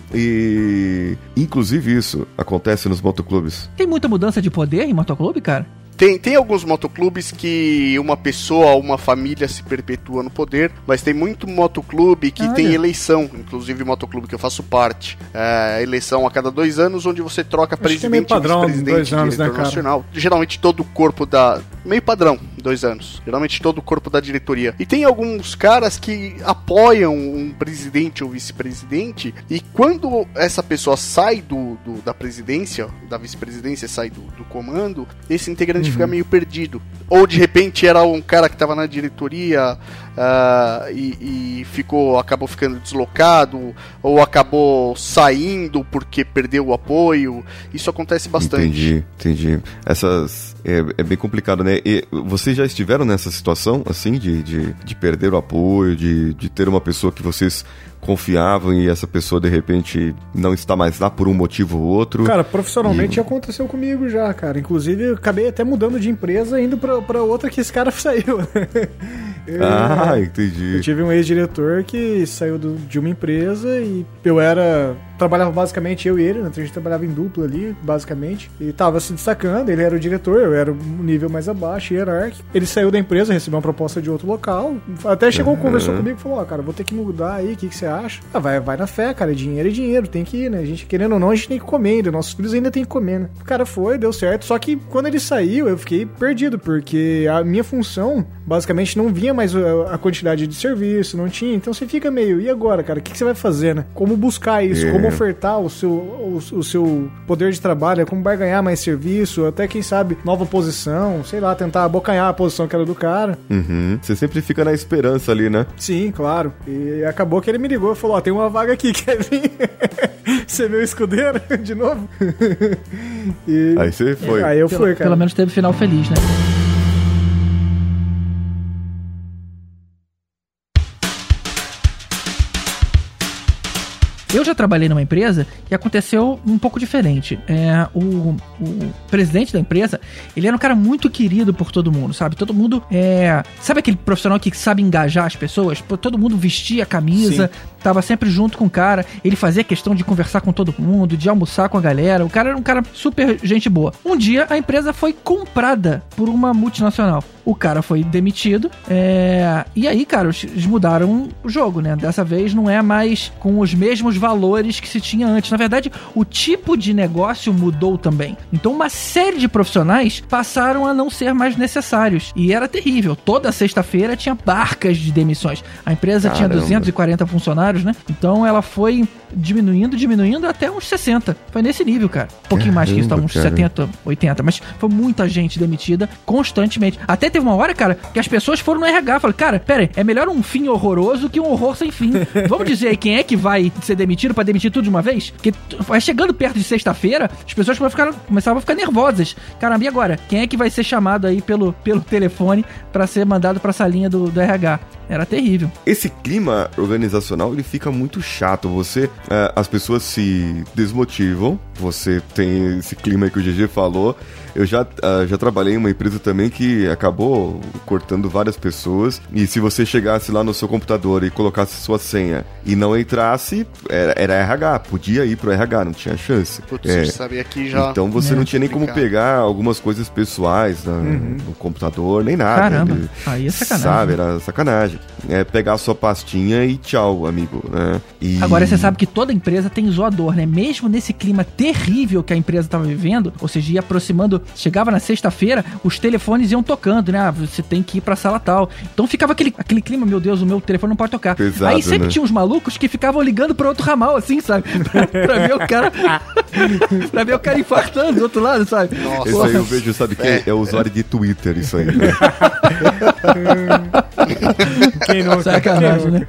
E, inclusive, isso acontece nos motoclubes. Tem muita mudança de poder em motoclube, cara? Tem, tem alguns motoclubes que uma pessoa, uma família se perpetua no poder, mas tem muito motoclube que Olha. tem eleição, inclusive o motoclube que eu faço parte. É, eleição a cada dois anos, onde você troca Acho que é presidente, meio padrão, vice-presidente, dois anos, diretor né, cara? nacional. Geralmente todo o corpo da... Meio padrão, dois anos. Geralmente todo o corpo da diretoria. E tem alguns caras que apoiam um presidente ou vice-presidente, e quando essa pessoa sai do, do, da presidência, da vice-presidência, sai do, do comando, esse integrante fica meio perdido. Ou de repente era um cara que estava na diretoria uh, e, e ficou, acabou ficando deslocado, ou acabou saindo porque perdeu o apoio. Isso acontece bastante. Entendi, entendi. Essas... É, é bem complicado, né? E vocês já estiveram nessa situação, assim, de, de, de perder o apoio, de, de ter uma pessoa que vocês confiavam e essa pessoa, de repente, não está mais lá por um motivo ou outro? Cara, profissionalmente e... aconteceu comigo já, cara. Inclusive, eu acabei até mudando de empresa, indo pra, pra outra que esse cara saiu. eu, ah, entendi. Eu tive um ex-diretor que saiu do, de uma empresa e eu era... Trabalhava basicamente eu e ele, né? A gente trabalhava em dupla ali, basicamente. E tava se destacando, ele era o diretor, eu era um nível mais abaixo, hierárquico. Ele saiu da empresa, recebeu uma proposta de outro local. Até chegou, uhum. conversou comigo e falou, ó, oh, cara, vou ter que mudar aí, o que, que você acha? Ah, vai, vai na fé, cara, dinheiro é dinheiro, tem que ir, né? A gente, querendo ou não, a gente tem que comer ainda, nossos filhos ainda tem que comer, né? O cara foi, deu certo, só que quando ele saiu, eu fiquei perdido, porque a minha função, basicamente, não vinha mais a, a quantidade de serviço, não tinha, então você fica meio, e agora, cara, o que, que você vai fazer, né? Como buscar isso, é. como ofertar o seu, o, o seu poder de trabalho, como barganhar mais serviço, até quem sabe nova posição, sei lá, tentar abocanhar a posição que era do cara. Uhum. Você sempre fica na esperança ali, né? Sim, claro. E acabou que ele me ligou e falou, ó, oh, tem uma vaga aqui, quer vir ser meu escudeiro de novo? E... Aí você foi. Aí eu pelo, fui, cara. Pelo menos teve final feliz, né? Eu já trabalhei numa empresa que aconteceu um pouco diferente. É, o, o presidente da empresa, ele era um cara muito querido por todo mundo, sabe? Todo mundo, é... Sabe aquele profissional que sabe engajar as pessoas? Todo mundo vestia a camisa, sim, tava sempre junto com o cara, ele fazia questão de conversar com todo mundo, de almoçar com a galera. O cara era um cara super gente boa. Um dia, a empresa foi comprada por uma multinacional. O cara foi demitido, é... e aí, cara, eles mudaram o jogo, né? Dessa vez não é mais com os mesmos valores que se tinha antes. Na verdade, o tipo de negócio mudou também. Então, uma série de profissionais passaram a não ser mais necessários. E era terrível. Toda sexta-feira tinha barcas de demissões. A empresa Caramba. tinha duzentos e quarenta funcionários, né? Então, ela foi diminuindo, diminuindo até uns sessenta. Foi nesse nível, cara. Um pouquinho Caramba, mais que isso, tá? Uns cara. setenta, oitenta. Mas foi muita gente demitida constantemente. Até teve uma hora, cara, que as pessoas foram no R H. Falaram, cara, pera aí, é melhor um fim horroroso que um horror sem fim. Vamos dizer aí quem é que vai ser demitido pra demitir tudo de uma vez? Porque vai chegando perto de sexta-feira, as pessoas ficar, começavam a ficar nervosas. Caramba, e agora? Quem é que vai ser chamado aí pelo, pelo telefone pra ser mandado pra salinha do, do R H? Era terrível. Esse clima organizacional, ele fica muito chato. Você, é, as pessoas se desmotivam. Você tem esse clima aí que o G G falou. Eu já, uh, já trabalhei em uma empresa também que acabou cortando várias pessoas. E se você chegasse lá no seu computador e colocasse sua senha e não entrasse, era, era R H. Podia ir pro R H, não tinha chance. Putz, é. você sabia que já... Então você é. não tinha nem como pegar algumas coisas pessoais na, uhum. no computador, nem nada. Caramba, ele, aí é sacanagem. Sabe, era sacanagem. É pegar a sua pastinha e tchau, amigo, né? E... Agora você sabe que toda empresa tem zoador, né? Mesmo nesse clima terrível que a empresa estava vivendo, ou seja, ia aproximando, chegava na sexta-feira, os telefones iam tocando, né? Ah, você tem que ir pra sala tal. Então ficava aquele, aquele clima, meu Deus, o meu telefone não pode tocar. Pesado, aí sempre né? tinha uns malucos que ficavam ligando pro outro ramal, assim, sabe? Pra, pra ver o cara pra ver o cara infartando do outro lado, sabe? Nossa. Esse aí eu vejo, sabe quem? É, é o usuário de Twitter, isso aí, né? Quem não? Sacanagem, né?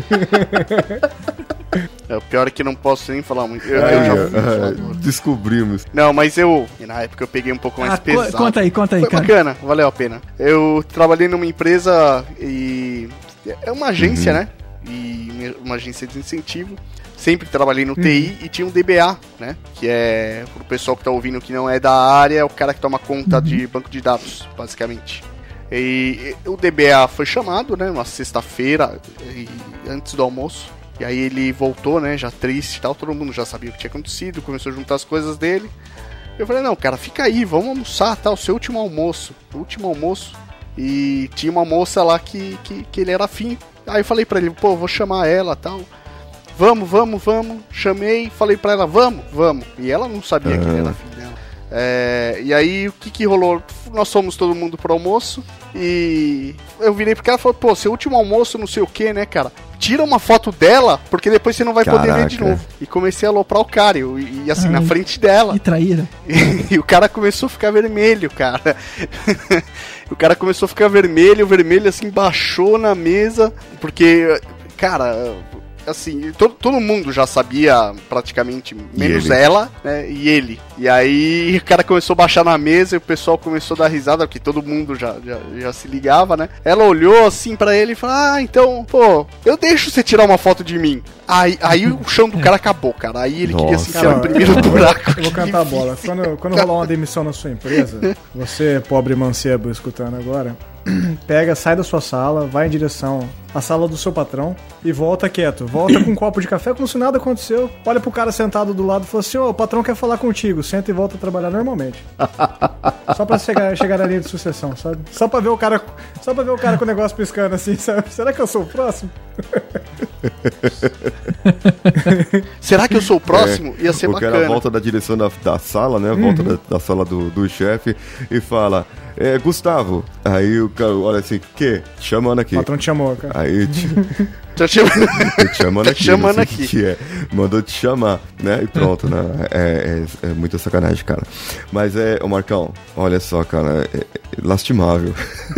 É, o pior é que não posso nem falar muito. Eu, é, eu já fui é, descobrimos. Não, mas eu... Na época eu peguei um pouco mais ah, pesado. Conta aí, conta aí, Foi cara. bacana, valeu a pena. Eu trabalhei numa empresa e... É uma agência, uhum. né? E uma uma agência de incentivo. Sempre trabalhei no T I e tinha um D B A, né? Que é, pro pessoal que tá ouvindo que não é da área, é o cara que toma conta de banco de dados, basicamente. E, e o D B A foi chamado, né? Uma sexta-feira, e, antes do almoço. E aí ele voltou, né? Já triste e tal, todo mundo já sabia o que tinha acontecido, começou a juntar as coisas dele. Eu falei, não, cara, fica aí, vamos almoçar, tá? O seu último almoço, o último almoço. E tinha uma moça lá que, que, que ele era afim. Aí eu falei pra ele, pô, vou chamar ela, tal. Vamos, vamos, vamos. Chamei, falei pra ela, vamos, vamos. E ela não sabia uhum. que ele era afim dela. É, e aí, o que que rolou? Nós fomos todo mundo pro almoço. E eu virei pro cara e falei, pô, seu último almoço, não sei o que, né, cara? Tira uma foto dela, porque depois você não vai Caraca. poder ver de novo. E comecei a aloprar o cara, e, e assim, Ai, na frente dela. Que traíra. E, e o cara começou a ficar vermelho, cara. O cara começou a ficar vermelho, vermelho assim, baixou na mesa. Porque, cara... Assim, todo, todo mundo já sabia praticamente, menos ela, né, e ele. E aí o cara começou a baixar na mesa e o pessoal começou a dar risada, porque todo mundo já, já, já se ligava, né. Ela olhou assim pra ele e falou, ah, então, pô, eu deixo você tirar uma foto de mim. Aí, aí o chão do cara acabou, cara. Aí ele Nossa. queria se enfiar no primeiro buraco. Eu vou cantar a bola. Quando, quando rolar uma demissão na sua empresa, você, pobre mancebo, escutando agora, pega, sai da sua sala, vai em direção à sala do seu patrão e volta quieto. Volta com um copo de café como se nada aconteceu. Olha pro cara sentado do lado e fala assim, ô, oh, o patrão quer falar contigo. Senta e volta a trabalhar normalmente. Só pra chegar, chegar na linha de sucessão, sabe? Só pra ver o cara, só pra ver o cara com o negócio piscando assim, sabe? Será que eu sou o próximo? Será que eu sou o próximo? É, Ia ser o bacana. O cara volta da direção da, da sala, né? Volta uhum. da, da sala do, do chefe e fala, é, Gustavo. Aí o cara olha assim, que? Te chamando aqui. O patrão te chamou, cara. Aí te... Tô te chamando, te chamando aqui. Te chamando aqui. Que é. Mandou te chamar, né? E pronto, né? É, é, é muita sacanagem, cara. Mas é, ô Marcão, olha só, cara, é, é lastimável.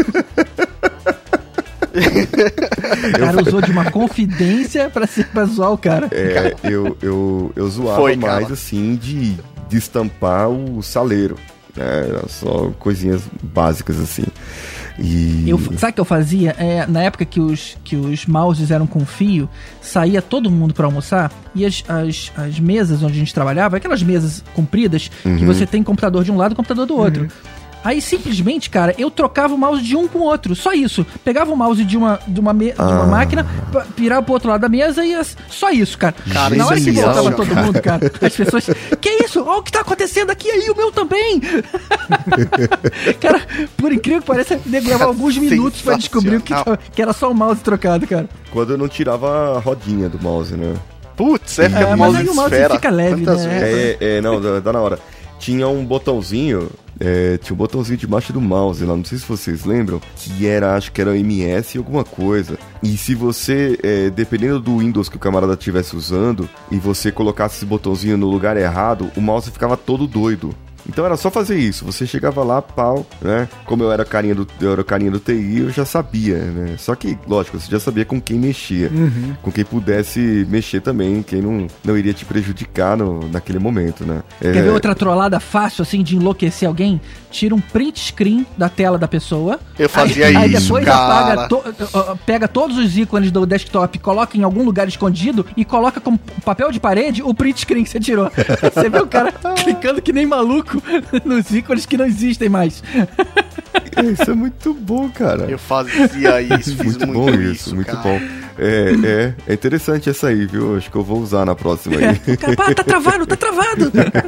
O cara usou de uma confidência pra, ser, pra zoar o cara. É, eu, eu, eu zoava Foi, mais assim de, de estampar o saleiro. Né? Só coisinhas básicas assim. E... Eu, sabe o que eu fazia? É, na época que os, que os mouses eram com fio, saía todo mundo pra almoçar e as, as, as mesas onde a gente trabalhava, aquelas mesas compridas, uhum. que você tem computador de um lado e computador do outro. Uhum. Aí, simplesmente, cara, eu trocava o mouse de um com o outro. Só isso. Pegava o mouse de uma, de uma, me- de uma ah. máquina, virava pro outro lado da mesa e as... só isso, cara. cara Na hora que legal, voltava cara. todo mundo, cara, as pessoas... Que isso? Olha o que tá acontecendo aqui, aí o meu também. Cara, por incrível que pareça, levava alguns minutos pra descobrir que, que era só o mouse trocado, cara. Quando eu não tirava a rodinha do mouse, né? Putz, é, é, é mas aí o mouse fica leve, Quantas né? É, é, não, dá, dá na hora. Tinha um botãozinho, é, tinha um botãozinho debaixo do mouse lá, não sei se vocês lembram, que era, acho que era M S alguma coisa. E se você, é, dependendo do Windows que o camarada estivesse usando, e você colocasse esse botãozinho no lugar errado, o mouse ficava todo doido. Então era só fazer isso, você chegava lá, pau, né? Como eu era carinha do, eu era carinha do T I, eu já sabia, né? Só que, lógico, você já sabia com quem mexia, uhum. com quem pudesse mexer também, quem não, não iria te prejudicar no, naquele momento, né? Quer é... ver outra trollada fácil, assim, de enlouquecer alguém? Tira um print screen da tela da pessoa. Eu fazia aí, isso, Aí depois cara. apaga, to, uh, pega todos os ícones do desktop, coloca em algum lugar escondido e coloca como papel de parede o print screen que você tirou. Você vê o cara clicando que nem maluco nos ícones que não existem mais. Isso é muito bom, cara. Eu fazia isso, fiz muito, muito bom isso, isso muito cara. bom. É, é, é interessante essa aí, viu? Acho que eu vou usar na próxima aí. É, cara, pá, tá travado, tá travado.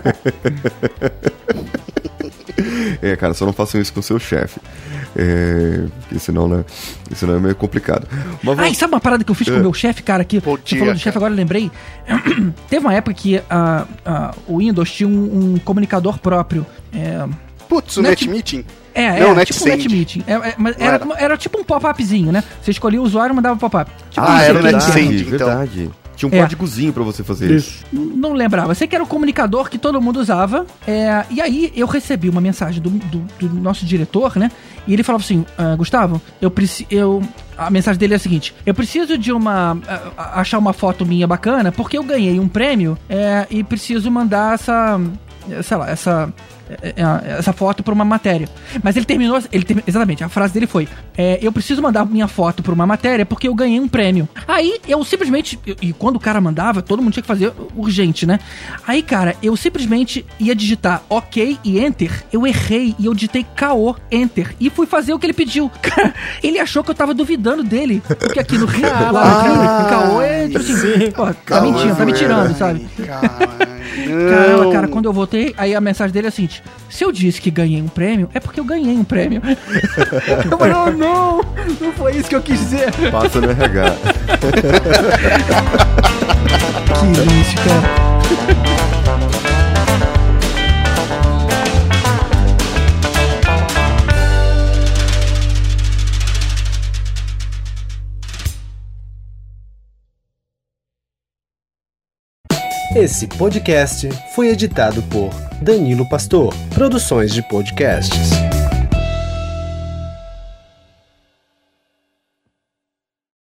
É, cara, só não façam isso com o seu chefe. É, porque senão, né? Senão é meio complicado. Mas Ai, sabe uma parada que eu fiz é. com o meu chefe, cara? Que Bom você dia, falou do chefe, agora eu lembrei. Teve uma época que a, a, o Windows tinha um, um comunicador próprio. É, Putz, o Net... NetMeeting. É, Não, é Net tipo um NetMeeting. É, é, mas era, era. era tipo um pop-upzinho, né? Você escolhia o usuário e mandava pop-up. Tipo ah, um era o verdade, NetSend, então. verdade. Tinha um É. códigozinho pra você fazer isso. Não lembrava. Sei que era um comunicador que todo mundo usava. É, e aí eu recebi uma mensagem do, do, do nosso diretor, né? E ele falava assim, ah, Gustavo, eu preciso... Eu... A mensagem dele é a seguinte: eu preciso de uma... achar uma foto minha bacana, porque eu ganhei um prêmio é, e preciso mandar essa... sei lá, essa, essa foto pra uma matéria. Mas ele terminou, ele termi- exatamente, a frase dele foi, é, eu preciso mandar minha foto pra uma matéria porque eu ganhei um prêmio. Aí eu simplesmente, e quando o cara mandava, todo mundo tinha que fazer urgente, né? Aí, cara, eu simplesmente ia digitar ok e enter, eu errei e eu digitei K O, enter, e fui fazer o que ele pediu. Cara, ele achou que eu tava duvidando dele, porque aqui no Rio, lá no K O é tipo assim, pô, tá mentindo, tá me tirando, sabe? Caramba, cara, quando eu voltei, aí a mensagem dele é a seguinte: se eu disse que ganhei um prêmio, é porque eu ganhei um prêmio. Eu falei, oh, não, não foi isso que eu quis dizer. Passa no R H. Que isso, cara. Esse podcast foi editado por Danilo Pastor, Produções de Podcasts.